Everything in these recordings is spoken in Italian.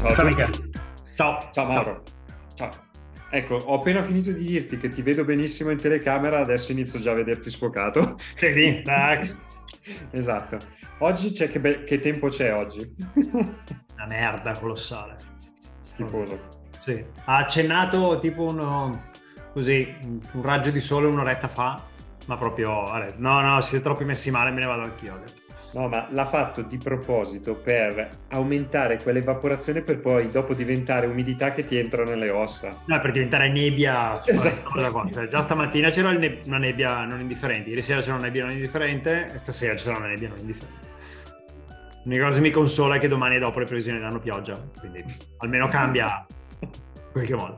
Ciao a Ciao tutti. Michele. Ciao. Ciao Mauro. Ciao. Ecco, ho appena finito di dirti che ti vedo benissimo in telecamera, adesso inizio già a vederti sfocato. Sì, dai. Esatto. Oggi c'è che tempo c'è oggi? Una merda colossale. Schifoso. Sì. Ha accennato tipo così, un raggio di sole un'oretta fa, ma proprio, no, siete troppo messi male, me ne vado anch'io. Ho detto. No, ma l'ha fatto di proposito per aumentare quell'evaporazione per poi dopo diventare umidità che ti entra nelle ossa. No, per diventare nebbia. Esatto. Cioè, già stamattina c'era una nebbia non indifferente, ieri sera c'era una nebbia non indifferente e stasera c'era una nebbia non indifferente. L'unica cosa che mi consola è che domani e dopo le previsioni danno pioggia, quindi almeno cambia in qualche modo.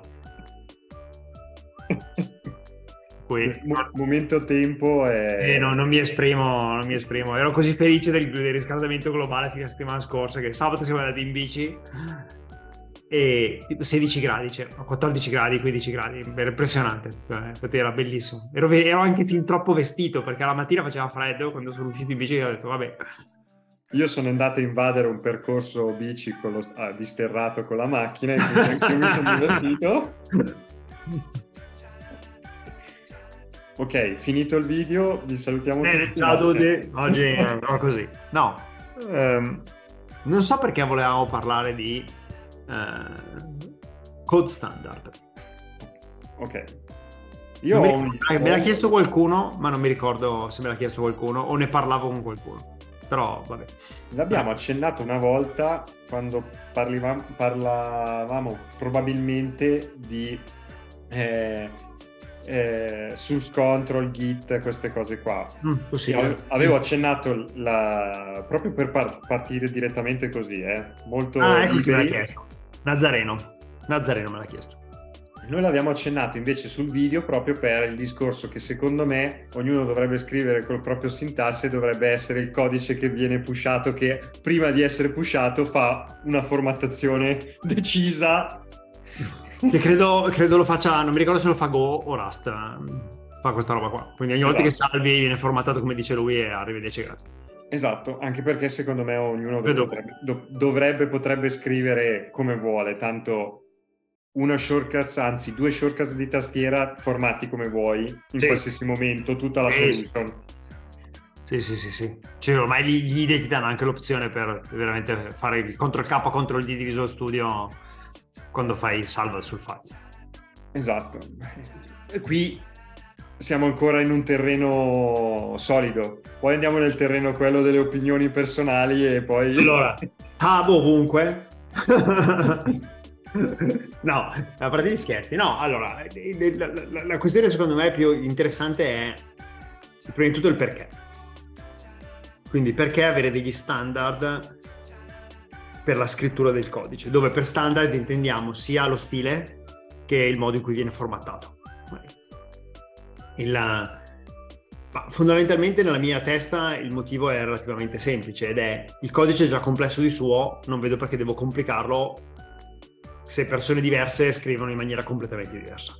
Poi, Momento tempo e... no, non mi esprimo. Ero così felice del riscaldamento globale fino a settimana scorsa che sabato siamo andati in bici e tipo 16 gradi, cioè 14 gradi, 15 gradi, era impressionante, infatti era bellissimo. Ero anche fin troppo vestito perché la mattina faceva freddo, quando sono uscito in bici ho detto vabbè. Io sono andato a invadere un percorso bici disterrato con la macchina e quindi anche mi sono divertito. Ok, finito il video, vi salutiamo tutti. Ciao a tutti, oggi no, così. No, non so perché volevamo parlare di code standard. Ok. Me l'ha chiesto qualcuno, ma non mi ricordo se me l'ha chiesto qualcuno o ne parlavo con qualcuno. Però vabbè. L'abbiamo accennato una volta quando parlavamo probabilmente di source control, Git, queste cose qua. Avevo accennato proprio per partire direttamente così, molto ecco chi me l'ha liberi. chiesto. Nazareno me l'ha chiesto. Noi l'abbiamo accennato invece sul video proprio per il discorso che secondo me ognuno dovrebbe scrivere col proprio sintasse, dovrebbe essere il codice che viene pushato, che prima di essere pushato fa una formattazione decisa. Che credo lo faccia, non mi ricordo se lo fa Go o Rust, fa questa roba qua. Quindi ogni volta che salvi viene formattato come dice lui e arrivederci, grazie. Esatto, anche perché secondo me ognuno potrebbe scrivere come vuole, tanto una shortcut, anzi 2 shortcut di tastiera formati come vuoi in qualsiasi momento, tutta la solution. Sì. Cioè, ormai gli IDE ti danno anche l'opzione per veramente fare il CTRL-K, CTRL-D di Visual Studio quando fai salva sul file. Esatto. E qui siamo ancora in un terreno solido, poi andiamo nel terreno quello delle opinioni personali e poi... Allora, tab ovunque. No, a parte gli scherzi. No, allora, la questione secondo me più interessante è prima di tutto il perché. Quindi perché avere degli standard per la scrittura del codice, dove per standard intendiamo sia lo stile che il modo in cui viene formattato. Ma fondamentalmente nella mia testa il motivo è relativamente semplice ed è il codice è già complesso di suo, non vedo perché devo complicarlo se persone diverse scrivono in maniera completamente diversa.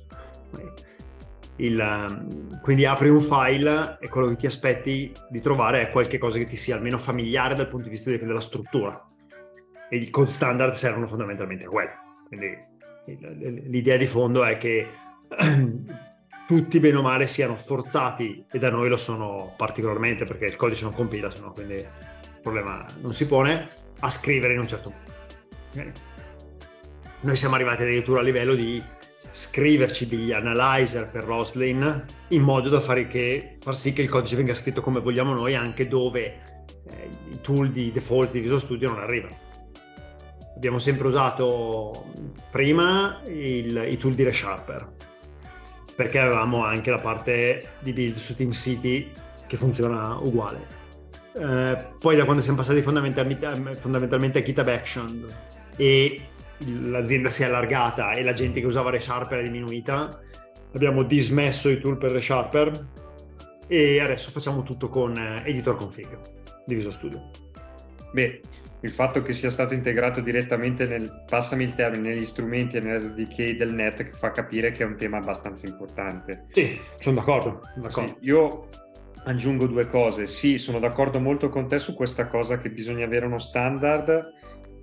Quindi apri un file e quello che ti aspetti di trovare è qualche cosa che ti sia almeno familiare dal punto di vista della struttura, e i code standard servono fondamentalmente a quello. Quindi l'idea di fondo è che tutti bene o male siano forzati, e da noi lo sono particolarmente perché il codice non compila, sennò quindi il problema non si pone, a scrivere in un certo modo. Okay? Noi siamo arrivati addirittura a livello di scriverci degli analyzer per Roslyn in modo da far sì che il codice venga scritto come vogliamo noi, anche dove i tool di default di Visual Studio non arrivano. Abbiamo sempre usato prima i tool di ReSharper perché avevamo anche la parte di build su TeamCity che funziona uguale. Poi da quando siamo passati fondamentalmente a GitHub Action e l'azienda si è allargata e la gente che usava ReSharper è diminuita, abbiamo dismesso i tool per ReSharper e adesso facciamo tutto con Editor Config di Visual Studio. Beh, il fatto che sia stato integrato direttamente passami il termine, negli strumenti e nell'SDK del net fa capire che è un tema abbastanza importante. Sì, sono d'accordo. Sì, io aggiungo 2 cose. Sì, sono d'accordo molto con te su questa cosa che bisogna avere uno standard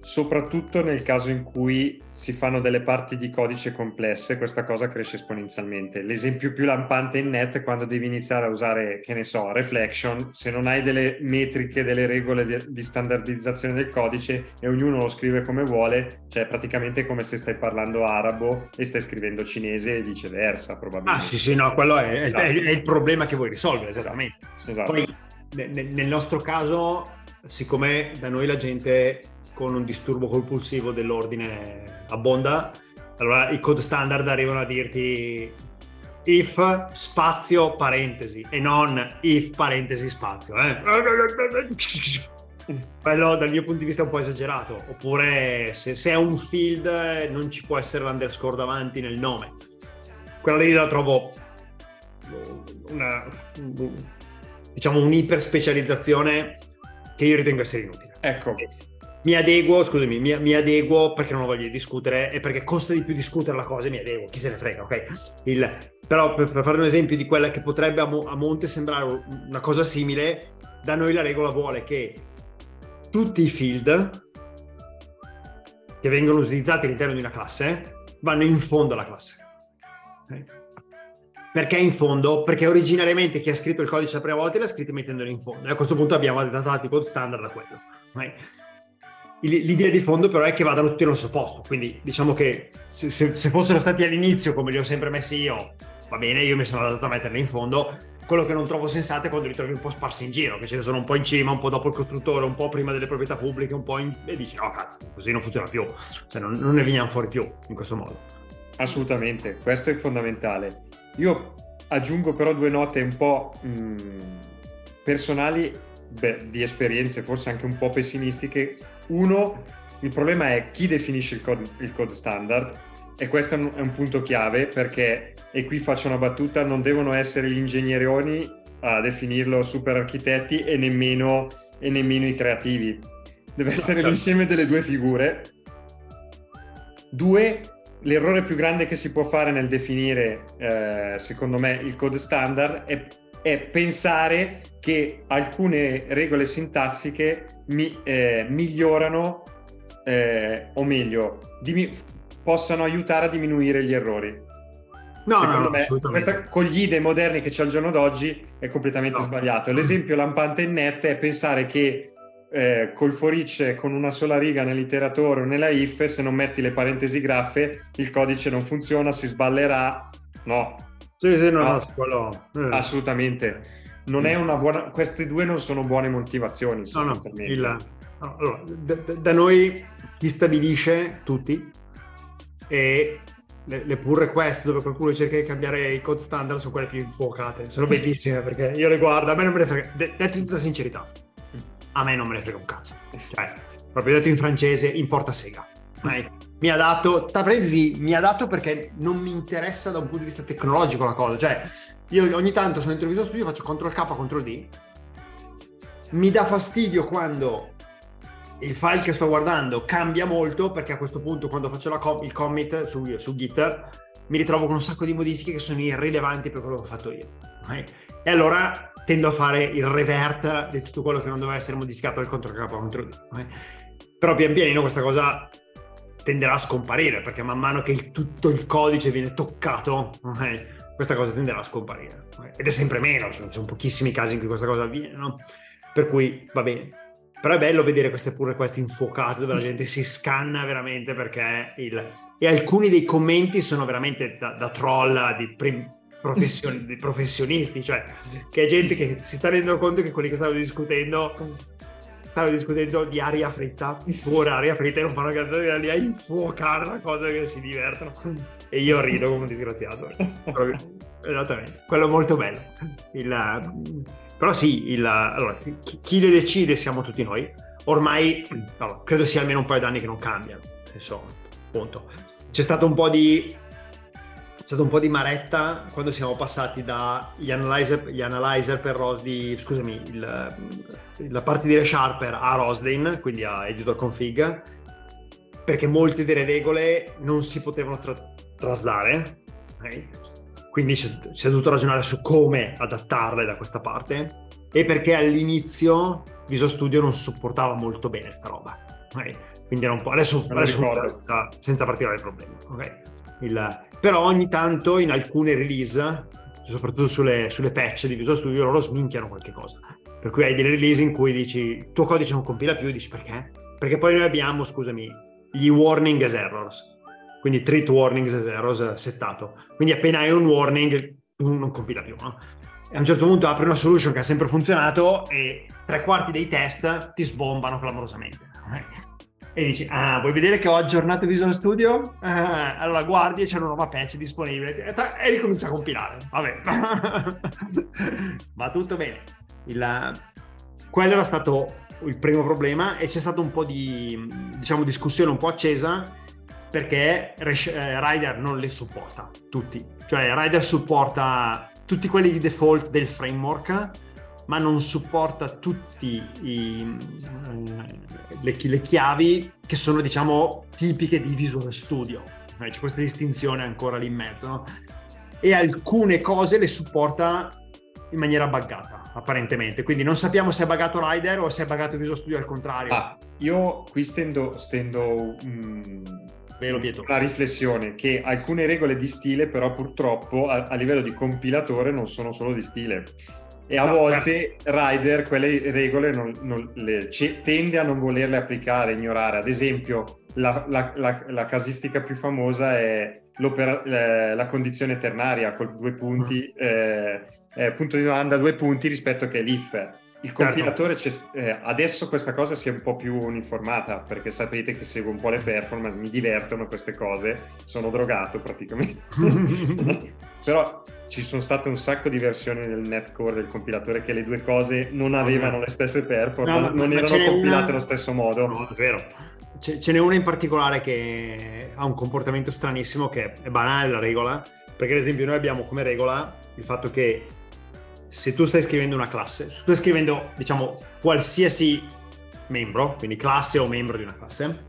soprattutto nel caso in cui si fanno delle parti di codice complesse, questa cosa cresce esponenzialmente. L'esempio più lampante in net è quando devi iniziare a usare, che ne so, reflection, se non hai delle metriche, delle regole di standardizzazione del codice e ognuno lo scrive come vuole, cioè praticamente come se stai parlando arabo e stai scrivendo cinese e viceversa, probabilmente. Sì, no, quello è, esatto. è il problema che vuoi risolvere, esattamente. Esatto. Poi nel nostro caso, siccome da noi la gente con un disturbo compulsivo dell'ordine abbonda, allora i code standard arrivano a dirti if spazio parentesi e non if parentesi spazio. Quello dal mio punto di vista è un po' esagerato. Oppure se è un field non ci può essere l'underscore davanti nel nome. Quella lì la trovo diciamo un'iperspecializzazione che io ritengo essere inutile. Ecco. Mi adeguo perché non ho voglia di discutere e perché costa di più discutere la cosa e mi adeguo, chi se ne frega, ok? Però per fare un esempio di quella che potrebbe a monte sembrare una cosa simile, da noi la regola vuole che tutti i field che vengono utilizzati all'interno di una classe vanno in fondo alla classe. Okay? Perché in fondo? Perché originariamente chi ha scritto il codice la prima volta l'ha scritto mettendolo in fondo e a questo punto abbiamo adattato i code standard a quello. Okay? L'idea di fondo però è che vadano tutti allo stesso posto, quindi diciamo che se fossero stati all'inizio come li ho sempre messi io, va bene, io mi sono adattato a metterli in fondo. Quello che non trovo sensato è quando li trovi un po' sparsi in giro, che ce ne sono un po' in cima, un po' dopo il costruttore, un po' prima delle proprietà pubbliche, un po' e dici no cazzo, così non funziona più, cioè non ne veniamo fuori più in questo modo. Assolutamente, questo è fondamentale. Io aggiungo però due note un po' personali, di esperienze forse anche un po' pessimistiche. Uno, il problema è chi definisce il code standard, e questo è un punto chiave, perché, e qui faccio una battuta, non devono essere gli ingegnerioni a definirlo, super architetti, e nemmeno i creativi. Deve essere l'insieme delle due figure. Due, l'errore più grande che si può fare nel definire, secondo me, il code standard è pensare che alcune regole sintassiche migliorano, o meglio, possano aiutare a diminuire gli errori. Secondo me, questa, con gli IDE moderni che c'è al giorno d'oggi, è completamente sbagliato. L'esempio lampante in net è pensare che col for each, con una sola riga nell'iteratore o nella if, se non metti le parentesi graffe, il codice non funziona, si sballerà. No. Quello... Assolutamente. Non è una buona. Queste due non sono buone motivazioni, sostanzialmente. Allora, da noi chi stabilisce tutti e le pull request dove qualcuno cerca di cambiare i code standard sono quelle più infuocate, sono bellissime perché io le guardo, a me non me ne frega, detto in tutta sincerità, a me non me ne frega un cazzo, cioè proprio detto in francese, importa sega. Mi adatto, tra parentesi, perché non mi interessa da un punto di vista tecnologico la cosa, cioè io ogni tanto sono dentro il Visual Studio, faccio CTRL-K, CTRL-D, mi dà fastidio quando il file che sto guardando cambia molto, perché a questo punto quando faccio il commit su Git mi ritrovo con un sacco di modifiche che sono irrilevanti per quello che ho fatto io, e allora tendo a fare il revert di tutto quello che non doveva essere modificato al CTRL-K, CTRL-D, però pian pianino questa cosa tenderà a scomparire, perché man mano che tutto il codice viene toccato, questa cosa tenderà a scomparire, ed è sempre meno, ci sono pochissimi casi in cui questa cosa avviene, no? Per cui va bene, però è bello vedere queste pull request infuocate dove la gente si scanna veramente, perché e alcuni dei commenti sono veramente da troll di professionisti, cioè che è gente che si sta rendendo conto che quelli che stavano discutendo di aria fritta, pura aria fritta, e non fanno cantare lì a infuocare la cosa, che si divertono, e io rido come un disgraziato. Esattamente, quello è molto bello. Però sì, allora, chi le decide siamo tutti noi. Ormai credo sia almeno un paio d'anni che non cambiano, senso, appunto. C'è stato un po' di maretta quando siamo passati dagli analyzer per Roslyn, scusami, la parte di ReSharper a Roslyn, quindi a editor config, perché molte delle regole non si potevano traslare, quindi si è dovuto ragionare su come adattarle da questa parte, e perché all'inizio Visual Studio non supportava molto bene sta roba, ok? Quindi era un po'... Adesso ricordo. senza particolari problemi, ok? Però ogni tanto in alcune release, soprattutto sulle patch di Visual Studio, loro sminchiano qualche cosa. Per cui hai delle release in cui dici il tuo codice non compila più, e dici perché? Perché poi noi abbiamo, scusami, gli warning as errors, quindi treat warnings as errors settato. Quindi appena hai un warning non compila più, no? E a un certo punto apri una solution che ha sempre funzionato e 3/4 dei test ti sbombano clamorosamente. E dici, vuoi vedere che ho aggiornato Visual Studio? Allora guardi e c'è una nuova patch disponibile e ricomincia a compilare. Vabbè, va tutto bene. Quello era stato il primo problema e c'è stato un po' di, diciamo, discussione un po' accesa perché Rider non le supporta tutti. Cioè Rider supporta tutti quelli di default del framework, ma non supporta tutti le chiavi che sono, diciamo, tipiche di Visual Studio. C'è questa distinzione ancora lì in mezzo, no? E alcune cose le supporta in maniera buggata, apparentemente. Quindi non sappiamo se è buggato Rider o se è buggato Visual Studio al contrario. Io qui stendo una riflessione che alcune regole di stile però purtroppo a livello di compilatore non sono solo di stile. E a volte Rider quelle regole tende a non volerle applicare, ignorare. Ad esempio, la casistica più famosa è la condizione ternaria con 2 punti, punto di domanda 2 punti rispetto che l'if. Il compilatore adesso questa cosa si è un po' più uniformata, perché sapete che seguo un po' le performance, mi divertono queste cose, sono drogato praticamente. Però ci sono state un sacco di versioni nel netcore del compilatore che le due cose non avevano le stesse performance, non erano compilate allo stesso modo. No, è vero. Ce n'è una in particolare che ha un comportamento stranissimo, che è banale la regola, perché ad esempio noi abbiamo come regola il fatto che se tu stai scrivendo una classe, se tu stai scrivendo, diciamo, qualsiasi membro, quindi classe o membro di una classe,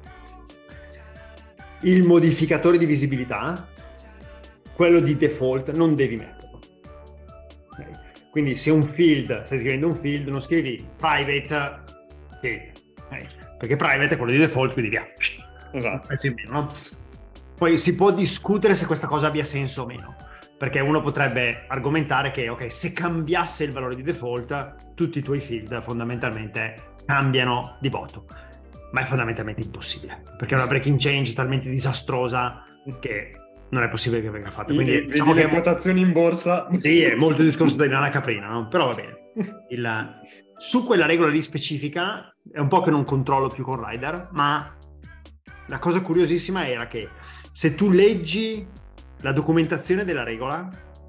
il modificatore di visibilità, quello di default, non devi metterlo. Okay? Quindi se stai scrivendo un field, non scrivi private field, okay? Perché private è quello di default, quindi via. Esatto. Pezzo in meno, no? Poi si può discutere se questa cosa abbia senso o meno. Perché uno potrebbe argomentare che, ok, se cambiasse il valore di default, tutti i tuoi field fondamentalmente cambiano di botto. Ma è fondamentalmente impossibile, perché è una breaking change talmente disastrosa che non è possibile che venga fatta. Quindi diciamo che le quotazioni in borsa... Sì, è molto discorso di nana caprina, no? Però va bene. Su quella regola lì specifica, è un po' che non controllo più con Rider, ma la cosa curiosissima era che se tu leggi la documentazione della regola,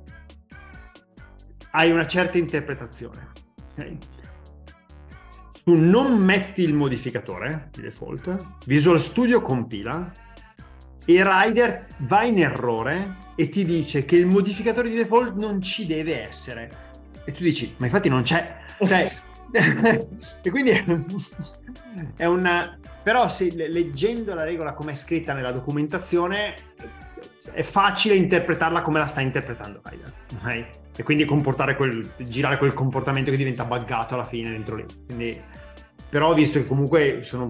hai una certa interpretazione. Okay? Tu non metti il modificatore di default, Visual Studio compila e Rider va in errore e ti dice che il modificatore di default non ci deve essere. E tu dici, ma infatti non c'è. Cioè, e quindi è una... Però se leggendo la regola come è scritta nella documentazione è facile interpretarla come la sta interpretando Rider, okay? E quindi girare quel comportamento che diventa buggato alla fine dentro lì. Quindi, però visto che comunque sono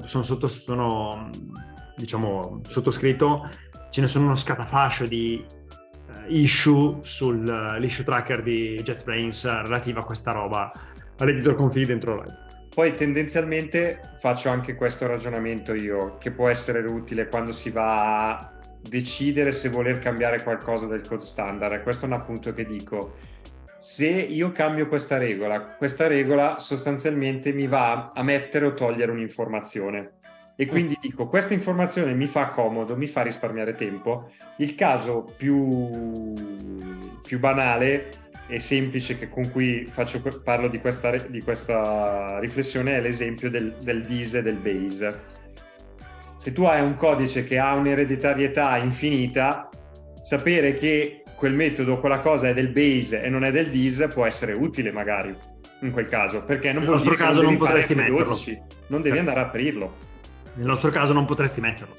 diciamo sottoscritto, ce ne sono uno scatafascio di issue sull'issue tracker di JetBrains relativa a questa roba, all'editor config dentro Rider. Poi tendenzialmente faccio anche questo ragionamento io, che può essere utile quando si va a decidere se voler cambiare qualcosa del code standard. E questo è un appunto che dico: se io cambio questa regola sostanzialmente mi va a mettere o togliere un'informazione. E quindi dico, questa informazione mi fa comodo, mi fa risparmiare tempo. Il caso più banale e semplice con cui parlo di questa riflessione è l'esempio del dis e del base. Se tu hai un codice che ha un'ereditarietà infinita, sapere che quel metodo, quella cosa è del base e non è del dis può essere utile magari in quel caso, perché non vuol dire che non potresti metterlo, non devi andare a aprirlo. Nel nostro caso non potresti metterlo.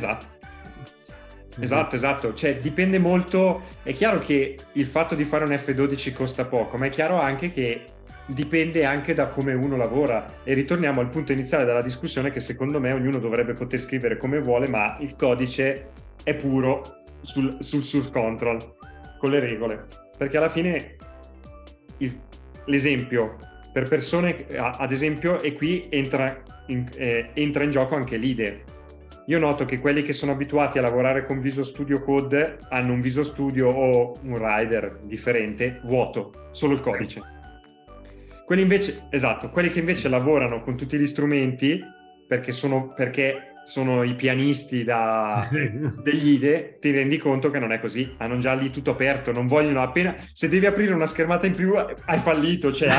Esatto, cioè dipende molto. È chiaro che il fatto di fare un F12 costa poco, ma è chiaro anche che dipende anche da come uno lavora, e ritorniamo al punto iniziale della discussione, che secondo me ognuno dovrebbe poter scrivere come vuole, ma il codice è puro sul source control, con le regole, perché alla fine l'esempio per persone, ad esempio, e qui entra in gioco anche l'IDE. Io noto che quelli che sono abituati a lavorare con Visual Studio Code hanno un Visual Studio o un Rider differente, vuoto, solo il codice. Quelli che invece lavorano con tutti gli strumenti, perché sono i pianisti degli IDE, ti rendi conto che non è così, hanno già lì tutto aperto, non vogliono appena, se devi aprire una schermata in più hai fallito, cioè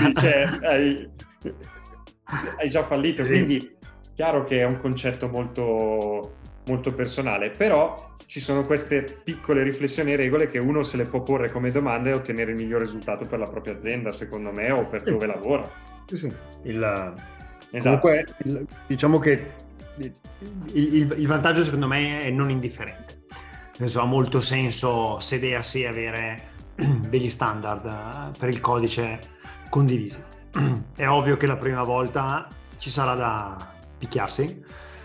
hai già fallito, sì. Quindi chiaro che è un concetto molto, molto personale, però ci sono queste piccole riflessioni e regole che uno se le può porre come domanda e ottenere il miglior risultato per la propria azienda, secondo me, o per dove lavora. Sì. Comunque, diciamo che il vantaggio secondo me è non indifferente. Nel senso, ha molto senso sedersi e avere degli standard per il codice condivisi. È ovvio che la prima volta ci sarà da picchiarsi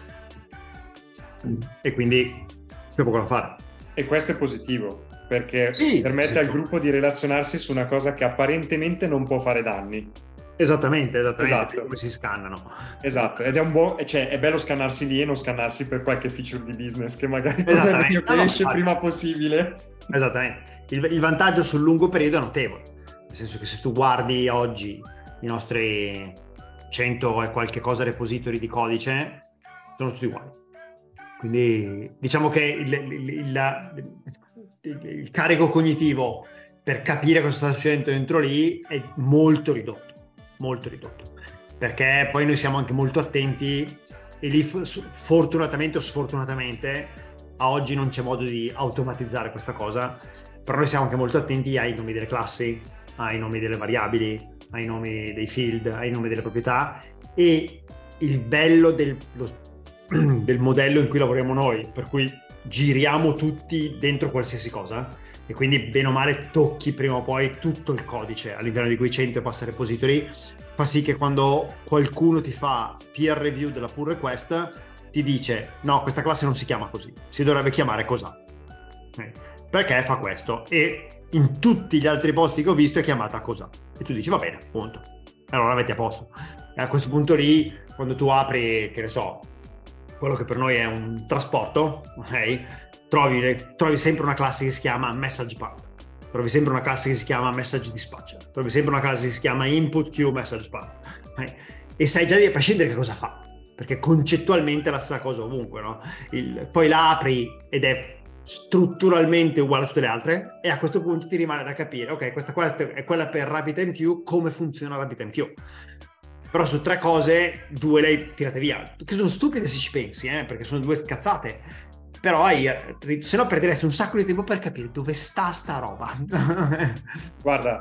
e quindi c'è poco da fare. E questo è positivo, perché permette al gruppo di relazionarsi su una cosa che apparentemente non può fare danni. Esattamente. Come si scannano. Esatto, ed è bello scannarsi lì e non scannarsi per qualche feature di business che magari esce prima possibile. Esattamente. Il vantaggio sul lungo periodo è notevole, nel senso che se tu guardi oggi i nostri 100 e qualche cosa repository di codice sono tutti uguali, quindi diciamo che il carico cognitivo per capire cosa sta succedendo dentro lì è molto ridotto, perché poi noi siamo anche molto attenti e lì fortunatamente o sfortunatamente a oggi non c'è modo di automatizzare questa cosa, però noi siamo anche molto attenti ai nomi delle classi, ai nomi delle variabili, ai nomi dei field, ai nomi delle proprietà, e il bello del modello in cui lavoriamo noi, per cui giriamo tutti dentro qualsiasi cosa e quindi bene o male tocchi prima o poi tutto il codice all'interno di quei 100 e passa repository, fa sì che quando qualcuno ti fa peer review della pull request ti dice no, questa classe non si chiama così, si dovrebbe chiamare cos'ha, perché fa questo, e in tutti gli altri posti che ho visto è chiamata cos'ha, e tu dici va bene, punto, allora metti a posto. E a questo punto lì, quando tu apri, che ne so, quello che per noi è un trasporto, ok, trovi sempre una classe che si chiama message path, trovi sempre una classe che si chiama message dispatcher, trovi sempre una classe che si chiama input queue message path, okay? E sai già a prescindere che cosa fa, perché concettualmente è la stessa cosa ovunque, no? Poi la apri ed è strutturalmente uguale a tutte le altre, e a questo punto ti rimane da capire, ok, questa qua è quella per RabbitMQ, come funziona RabbitMQ. Però su 3 cose 2 le hai tirate via, che sono stupide se ci pensi, perché sono 2 cazzate, però se no perderesti un sacco di tempo per capire dove sta roba. Guarda,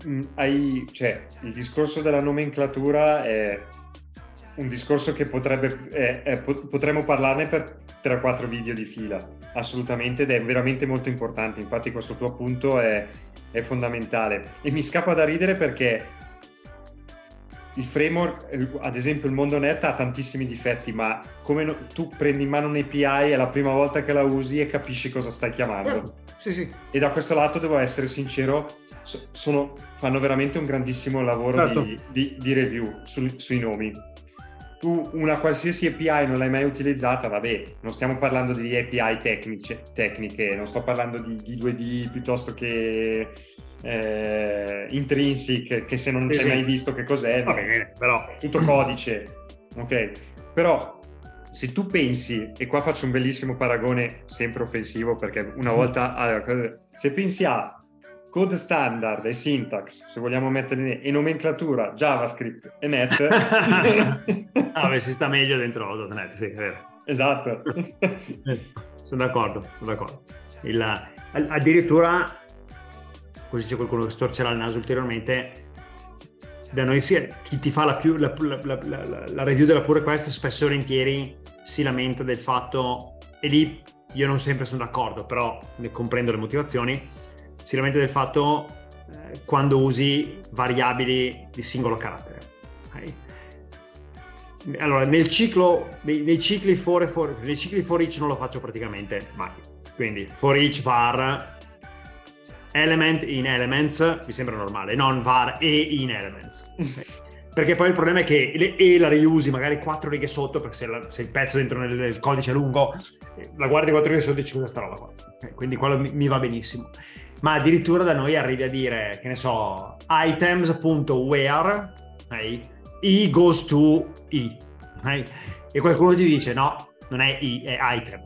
il discorso della nomenclatura è un discorso che potremmo parlarne per 3-4 video di fila, assolutamente, ed è veramente molto importante. Infatti questo tuo appunto è fondamentale, e mi scappa da ridere perché il framework, ad esempio il MondoNet, ha tantissimi difetti, ma come tu prendi in mano un API è la prima volta che la usi e capisci cosa stai chiamando. Sì. E da questo lato devo essere sincero, fanno veramente un grandissimo lavoro, certo, di review sui nomi. Tu una qualsiasi API non l'hai mai utilizzata, vabbè, non stiamo parlando di API tecniche, non sto parlando di 2D piuttosto che intrinsic, che se non ci hai mai visto che cos'è, va bene, però tutto codice, ok? Però se tu pensi, e qua faccio un bellissimo paragone sempre offensivo, perché una volta se pensi a code standard e syntax, se vogliamo mettere e nomenclatura JavaScript e Net, si sta meglio dentro .NET, sì, è vero. Esatto. Sono d'accordo. Addirittura, così c'è qualcuno che storcerà il naso ulteriormente, da noi chi ti fa la review della pull request spesso e volentieri si lamenta del fatto, e lì io non sempre sono d'accordo, però ne comprendo le motivazioni, si lamenta del fatto quando usi variabili di singolo carattere. Okay? Allora, nei cicli nei cicli for each non lo faccio praticamente mai. Quindi for each var element in elements mi sembra normale, non var e in elements. Okay? Perché poi il problema è che e la riusi magari 4 righe sotto, perché se il pezzo dentro nel codice è lungo, la guardi 4 righe sotto e dici cosa sta roba qua. Okay? Quindi quello mi va benissimo. Ma addirittura da noi arrivi a dire, che ne so, items.where, okay? E goes to E. Okay? E qualcuno ti dice no, non è E, è item.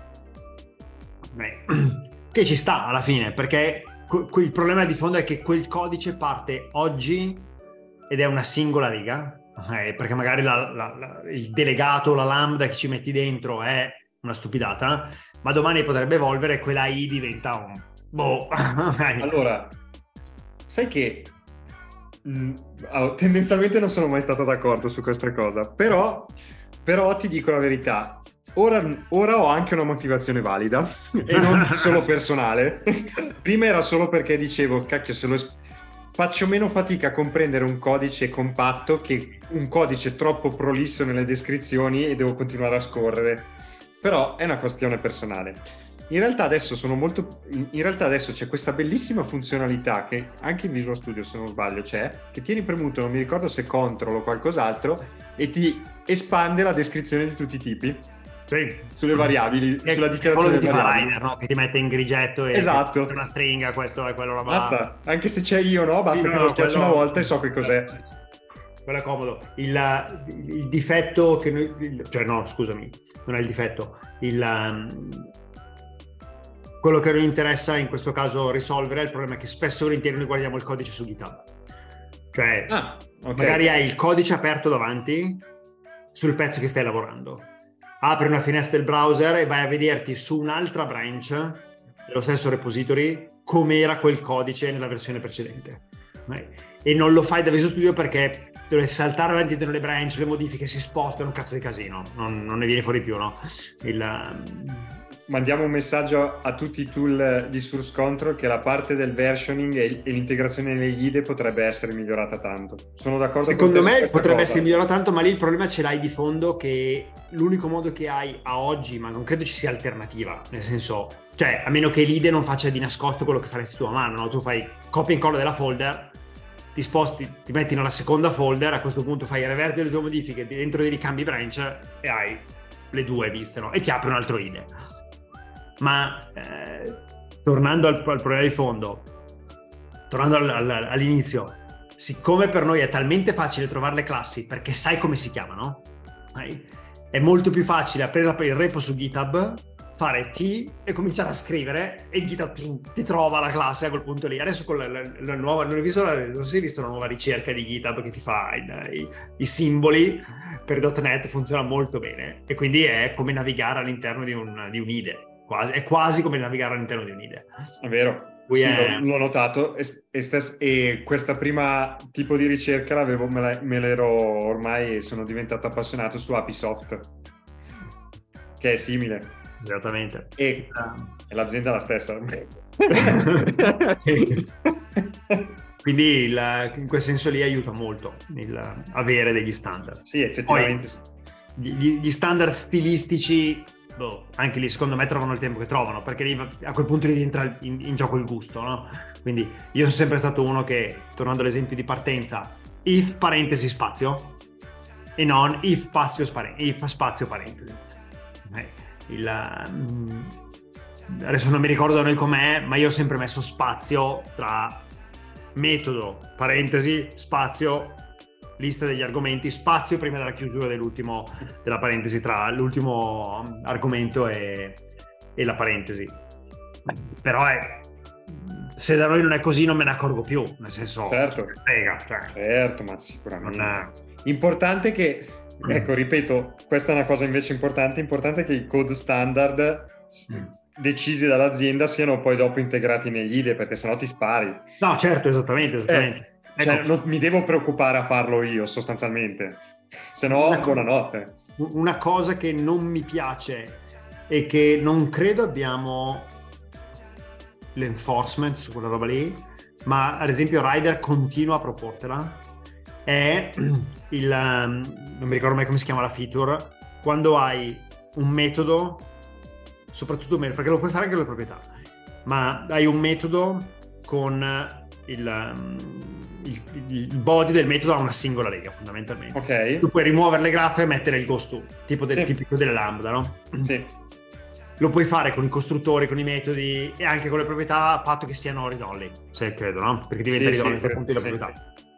Che ci sta alla fine, perché il problema di fondo è che quel codice parte oggi ed è una singola riga, okay? Perché magari il delegato, la lambda che ci metti dentro è una stupidata, ma domani potrebbe evolvere e quella I diventa un boh. Allora, sai che tendenzialmente non sono mai stato d'accordo su questa cosa, però ti dico la verità. Ora ho anche una motivazione valida e non solo personale. Prima era solo perché dicevo, cacchio, faccio meno fatica a comprendere un codice compatto che un codice troppo prolisso nelle descrizioni e devo continuare a scorrere. Però è una questione personale. In realtà adesso c'è questa bellissima funzionalità che anche in Visual Studio, se non sbaglio, c'è, che tieni premuto, non mi ricordo se Control o qualcos'altro, e ti espande la descrizione di tutti i tipi. Sì, sulle variabili, sulla dichiarazione delle variabili. Rider, no? Che ti mette in grigetto e esatto. Una stringa, questo è quello. Basta, anche se c'è io, no? Basta che lo schiaccio una volta e so che cos'è. Quello è comodo. Il difetto che noi... Cioè no, scusami, non è il difetto. Quello che a noi interessa in questo caso risolvere è il problema che spesso e volentieri noi guardiamo il codice su GitHub. Cioè, okay, magari hai il codice aperto davanti sul pezzo che stai lavorando. Apri una finestra del browser e vai a vederti su un'altra branch dello stesso repository com'era quel codice nella versione precedente. E non lo fai da Visual Studio perché dovresti saltare avanti dentro le branch, le modifiche si spostano, un cazzo di casino, non ne viene fuori più, no? Mandiamo un messaggio a tutti i tool di Source Control che la parte del versioning e l'integrazione nelle IDE potrebbe essere migliorata tanto. Sono d'accordo. Secondo me potrebbe essere migliorata tanto, ma lì il problema ce l'hai di fondo, che l'unico modo che hai a oggi, ma non credo ci sia alternativa, nel senso, cioè a meno che l'IDE non faccia di nascosto quello che faresti tu a mano, no? Tu fai copia e incolla della folder, ti sposti, ti metti nella seconda folder, a questo punto fai reverte le tue modifiche dentro dei ricambi branch e hai le due viste, no? E ti apri un altro IDE. Ma tornando al problema di fondo, tornando all'inizio, siccome per noi è talmente facile trovare le classi perché sai come si chiamano, è molto più facile aprire il repo su GitHub, fare T e cominciare a scrivere e GitHub ti trova la classe a quel punto lì. Adesso con la nuova, non si è visto una nuova ricerca di GitHub che ti fa i simboli per .NET, funziona molto bene e quindi è come navigare all'interno di un IDE. È quasi come navigare all'interno di un IDE. È vero, sì, l'ho notato e questa prima tipo di ricerca me l'ero ormai, sono diventato appassionato su Apisoft, che è simile. Esattamente. E l'azienda è la stessa. Quindi in quel senso lì aiuta molto avere degli standard. Sì, effettivamente. Poi, gli standard stilistici, anche lì secondo me trovano il tempo che trovano, perché lì, a quel punto lì entra in gioco il gusto, no? Quindi io sono sempre stato uno che, tornando all'esempio di partenza, if parentesi spazio e non if spazio parentesi. Adesso non mi ricordo da noi com'è, ma io ho sempre messo spazio tra metodo, parentesi, spazio, lista degli argomenti, spazio prima della chiusura della parentesi tra l'ultimo argomento e la parentesi. Però se da noi non è così non me ne accorgo più, nel senso, certo, certo, ma sicuramente importante che, ecco, ripeto, questa è una cosa invece importante che i code standard decisi dall'azienda siano poi dopo integrati negli IDE, perché sennò ti spari. No, certo, esattamente. Cioè, non mi devo preoccupare a farlo io, sostanzialmente, se no buonanotte. Una cosa che non mi piace e che non credo abbiamo l'enforcement su quella roba lì ma ad esempio Rider continua a proportela, è non mi ricordo mai come si chiama la feature, quando hai un metodo, soprattutto perché lo puoi fare anche con le proprietà, ma hai un metodo con il body del metodo a una singola riga fondamentalmente. Ok. Tu puoi rimuovere le graffe e mettere il goes to, tipo Sì. tipico delle lambda, no? Sì. Lo puoi fare con i costruttori, con i metodi e anche con le proprietà, a patto che siano read-only, se credo, no? Perché diventa read-only se appunti le proprietà.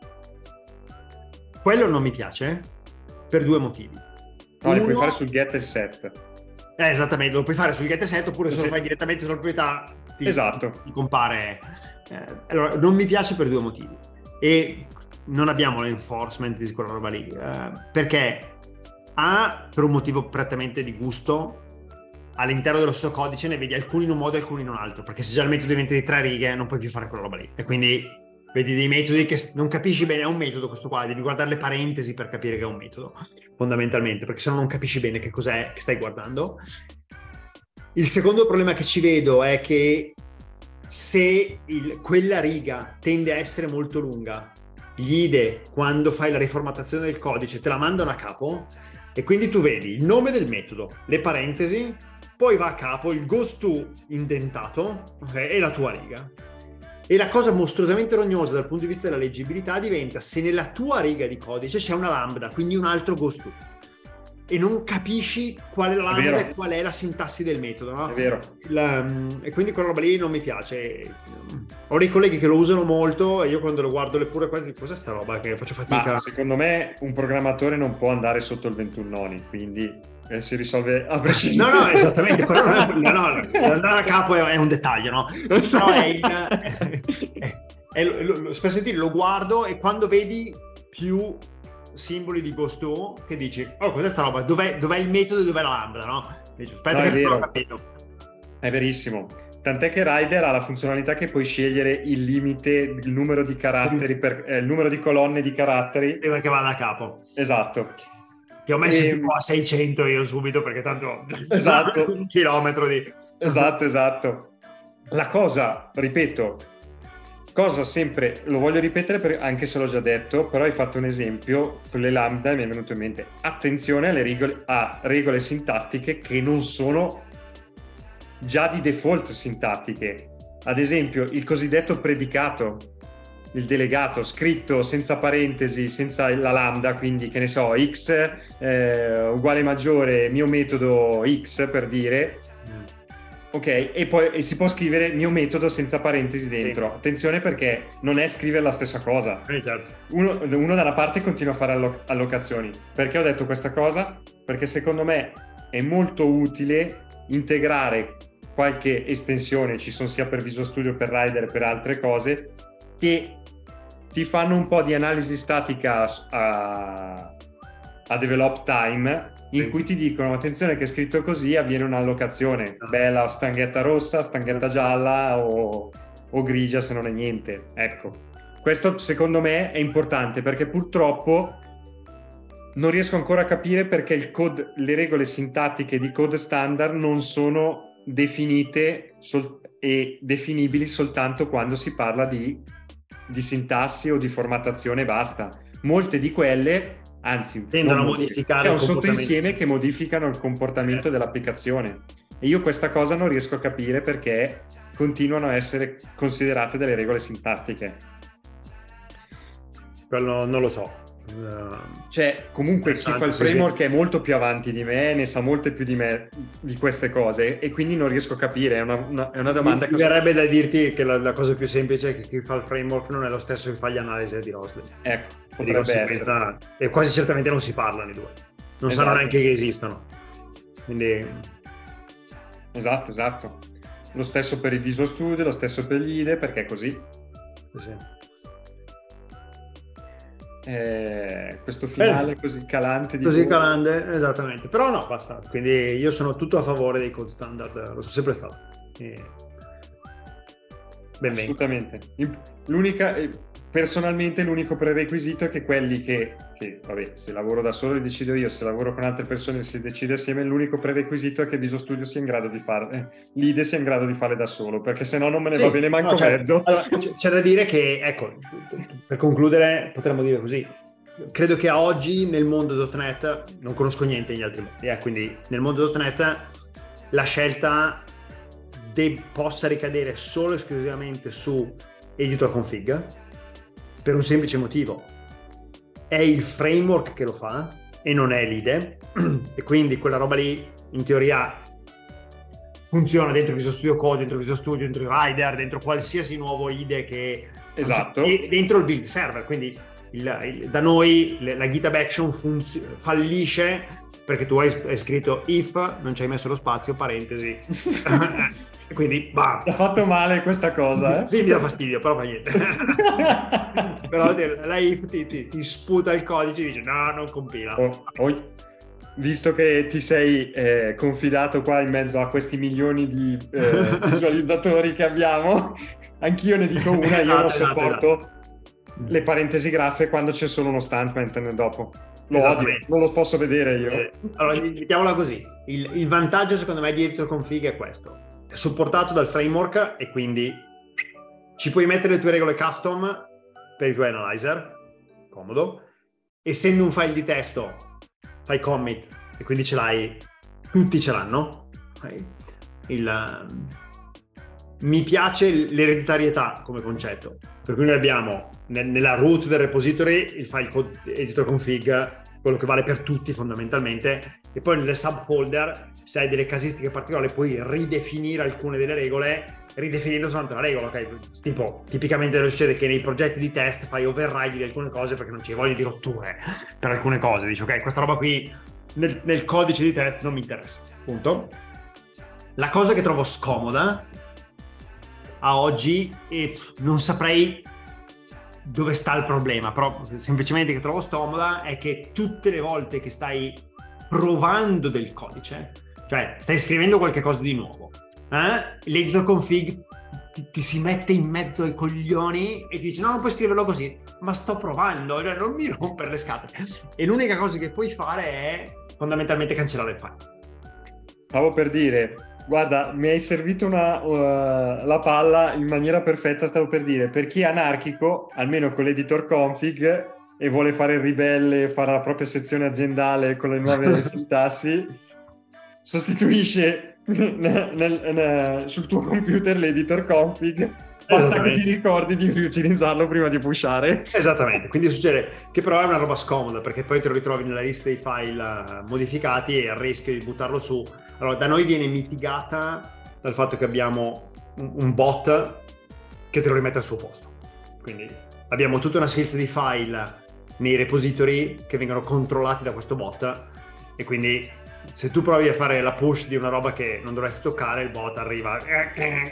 Quello non mi piace per due motivi. No, li puoi fare sul get e set. Esattamente, lo puoi fare sul get e set, oppure se lo fai direttamente sulla proprietà ti compare. Allora, non mi piace per due motivi. E non abbiamo l'enforcement di quella roba lì. Perché per un motivo prettamente di gusto, all'interno dello stesso codice ne vedi alcuni in un modo e alcuni in un altro, perché se già il metodo diventa di 3 righe non puoi più fare quella roba lì, e quindi vedi dei metodi che non capisci bene. È un metodo questo qua, devi guardare le parentesi per capire che è un metodo fondamentalmente, perché se no non capisci bene che cos'è che stai guardando. Il secondo problema che ci vedo è che se quella riga tende a essere molto lunga, gli IDE, quando fai la riformattazione del codice, te la mandano a capo, e quindi tu vedi il nome del metodo, le parentesi, poi va a capo il goes to indentato, okay, e la tua riga. E la cosa mostruosamente rognosa dal punto di vista della leggibilità diventa se nella tua riga di codice c'è una lambda, quindi un altro goes to, e non capisci qual è la lambda e qual è la sintassi del metodo, no? È vero. E quindi quella roba lì non mi piace. Ho dei colleghi che lo usano molto e io quando lo guardo le pure quasi dico, cos'è sta roba che faccio fatica? Ma secondo me un programmatore non può andare sotto il 21 noni, quindi si risolve a prescindere. No, esattamente, quello non è un problema, no, andare a capo è un dettaglio, no? Però spesso lo guardo e quando vedi più simboli di Ghost 2 che dici, oh, cos'è sta roba? Dov'è il metodo e dov'è la lambda, no? Dici, aspetta, no, che non ho capito. È verissimo. Tant'è che Rider ha la funzionalità che puoi scegliere il limite, il numero di caratteri, il numero di colonne di caratteri. Prima che vada a capo. Esatto. Che ho messo tipo a 600 io subito, perché tanto esatto. un chilometro di... Esatto. La cosa, ripeto, cosa sempre, lo voglio ripetere anche se l'ho già detto, però hai fatto un esempio con le lambda e mi è venuto in mente. Attenzione a regole sintattiche che non sono già di default sintattiche. Ad esempio il cosiddetto predicato, il delegato scritto senza parentesi, senza la lambda, quindi che ne so, x uguale maggiore mio metodo x, per dire, ok, e poi si può scrivere mio metodo senza parentesi dentro. Sì. Attenzione, perché non è scrivere la stessa cosa. Certo. Uno da una parte continua a fare allocazioni. Perché ho detto questa cosa? Perché secondo me è molto utile integrare qualche estensione, ci sono sia per Visual Studio, per Rider e per altre cose, che ti fanno un po' di analisi statica a develop time, in cui ti dicono attenzione che scritto così avviene un'allocazione bella, stanghetta rossa, stanghetta gialla o grigia se non è niente. Ecco, questo secondo me è importante, perché purtroppo non riesco ancora a capire perché le regole sintattiche di code standard non sono definite e definibili soltanto quando si parla di sintassi o di formattazione e basta. Molte di quelle, anzi, tendono a modificare, è un sottoinsieme che modificano il comportamento dell'applicazione, e io questa cosa non riesco a capire perché continuano a essere considerate delle regole sintattiche. Quello non lo so. Cioè, comunque chi fa il framework è molto più avanti di me, ne sa molte più di me di queste cose, e quindi non riesco a capire. È una domanda. Mi verrebbe da dirti che la cosa più semplice è che chi fa il framework non è lo stesso che fa gli analisi di Rosling. Ecco, potrebbe essere. E quasi certamente non si parlano i due, non sanno neanche che esistono, quindi esatto. Lo stesso per il Visual Studio, lo stesso per gli IDE, perché è così. Sì. Questo finale così calante calante, esattamente, però no, basta. Quindi io sono tutto a favore dei code standard, lo sono sempre stato. Assolutamente. L'unica, personalmente l'unico prerequisito è che quelli che vabbè, se lavoro da solo li decido io, se lavoro con altre persone si decide assieme, l'unico prerequisito è che Visual Studio sia in grado di fare, l'IDE sia in grado di fare da solo, perché se no non me ne va bene manco mezzo. Allora, c'è da dire che, ecco, per concludere potremmo dire così, credo che a oggi nel mondo .NET, non conosco niente negli altri mondi, quindi nel mondo .NET la scelta possa ricadere solo e esclusivamente su editor config, per un semplice motivo: è il framework che lo fa e non è l'IDE, e quindi quella roba lì in teoria funziona dentro Visual Studio Code, dentro Visual Studio, dentro Rider, dentro qualsiasi nuovo IDE che esatto, e dentro il build server, quindi da noi la GitHub Action fallisce perché tu hai scritto if, non ci hai messo lo spazio, parentesi. Quindi bah. Ti ha fatto male questa cosa, Sì, mi dà fastidio, però fa niente. Però la if ti sputa il codice e dice no, non compila. Visto che ti sei confidato qua in mezzo a questi milioni di visualizzatori che abbiamo, anch'io ne dico una. Io non sopporto le parentesi graffe quando c'è solo uno statement dopo. Lo odio, non lo posso vedere io. Allora, mettiamola così. Il vantaggio secondo me di editor config è questo: è supportato dal framework e quindi ci puoi mettere le tue regole custom per i tuoi analyzer, comodo. Essendo un file di testo, fai commit e quindi ce l'hai, tutti ce l'hanno. Mi piace l'ereditarietà come concetto, per cui noi abbiamo nella root del repository il file code editor config, quello che vale per tutti fondamentalmente, e poi nelle subfolder, se hai delle casistiche particolari, puoi ridefinire alcune delle regole ridefinendo soltanto la regola, ok? Tipo, tipicamente succede che nei progetti di test fai override di alcune cose perché non ci voglia di rotture per alcune cose, dici ok, questa roba qui nel codice di test non mi interessa, punto. La cosa che trovo scomoda a oggi, e non saprei dove sta il problema, però semplicemente che trovo scomoda, è che tutte le volte che stai provando del codice, cioè stai scrivendo qualche cosa di nuovo, l'editor config ti si mette in mezzo ai coglioni e ti dice no, non puoi scriverlo così, ma sto provando, cioè non mi rompere le scatole, e l'unica cosa che puoi fare è fondamentalmente cancellare il file. Stavo per dire, guarda, mi hai servito la palla in maniera perfetta. Stavo per dire, per chi è anarchico, almeno con l'editor config e vuole fare il ribelle, fare la propria sezione aziendale con le nuove sintassi, sostituisce sul tuo computer l'editor config, basta che ti ricordi di riutilizzarlo prima di pushare. Esattamente, quindi succede che però è una roba scomoda perché poi te lo ritrovi nella lista dei file modificati e il rischio di buttarlo su. Allora, da noi viene mitigata dal fatto che abbiamo un bot che te lo rimette al suo posto, quindi abbiamo tutta una sfilza di file nei repository che vengono controllati da questo bot, e quindi se tu provi a fare la push di una roba che non dovresti toccare, il bot arriva e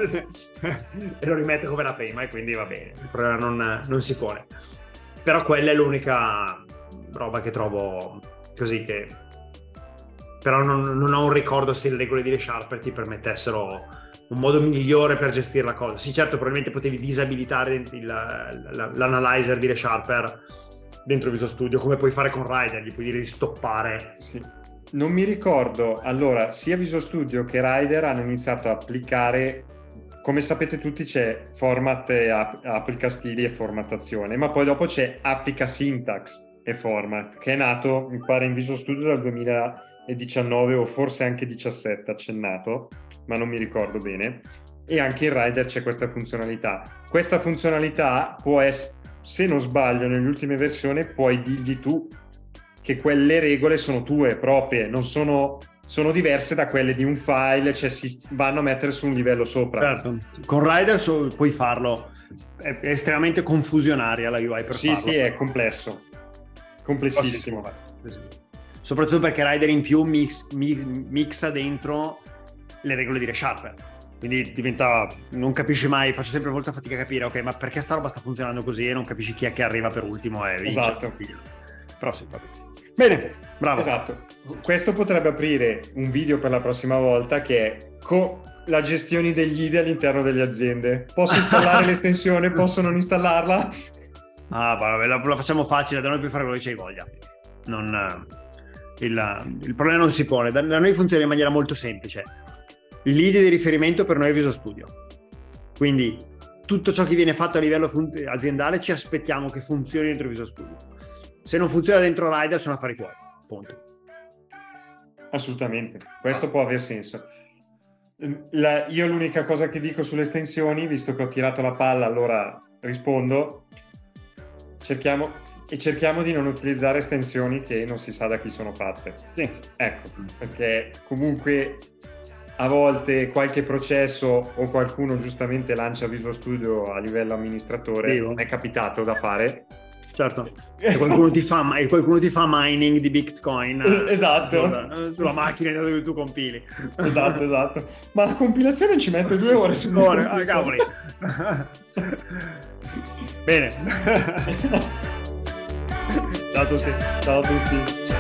lo rimette come era prima, e quindi va bene, il problema non si pone. Però quella è l'unica roba che trovo così, che però non ho un ricordo se le regole di ReSharper ti permettessero un modo migliore per gestire la cosa. Sì, certo, probabilmente potevi disabilitare l'analyzer di ReSharper dentro Visual Studio, come puoi fare con Rider, gli puoi dire di stoppare. Sì. Non mi ricordo, allora, sia Visual Studio che Rider hanno iniziato a applicare, come sapete tutti c'è format e applica stili e formattazione, ma poi dopo c'è applica syntax e format, che è nato, mi pare, in Visual Studio dal 2019 o forse anche 17 accennato, ma non mi ricordo bene, e anche in Rider c'è questa funzionalità. Questa funzionalità può essere, se non sbaglio, nelle ultime versioni puoi dirgli tu che quelle regole sono tue proprie, non sono diverse da quelle di un file, cioè si vanno a mettere su un livello sopra. Certo. Con Rider puoi farlo, è estremamente confusionaria la UI per farlo. Sì, è complesso, complessissimo. Soprattutto perché Rider in più mixa dentro le regole di ReSharper, quindi diventa, non capisci mai, faccio sempre molta fatica a capire, ok, ma perché sta roba sta funzionando così, e non capisci chi è che arriva per ultimo e vince. Esatto. Però sì, vabbè. Bene, bravo. Esatto. Questo potrebbe aprire un video per la prossima volta, che è la gestione degli IDE all'interno delle aziende. Posso installare l'estensione? Posso non installarla? Vabbè, la facciamo facile, da noi puoi fare quello che c'hai voglia. Il problema non si pone, da noi funziona in maniera molto semplice. L'IDE di riferimento per noi è Visual Studio, quindi tutto ciò che viene fatto a livello aziendale ci aspettiamo che funzioni dentro Visual Studio. Se non funziona dentro Rider sono affari tuoi, punto. Assolutamente, questo può aver senso. Io l'unica cosa che dico sulle estensioni, visto che ho tirato la palla, allora rispondo: cerchiamo di non utilizzare estensioni che non si sa da chi sono fatte. Sì. Ecco, perché comunque a volte qualche processo o qualcuno giustamente lancia Visual Studio a livello amministratore, è capitato da fare. Certo, e qualcuno ti fa mining di Bitcoin. Esatto. Sulla macchina dove tu compili. Esatto. Ma la compilazione ci mette 2 ore su cavoli. Bene. Ciao a tutti.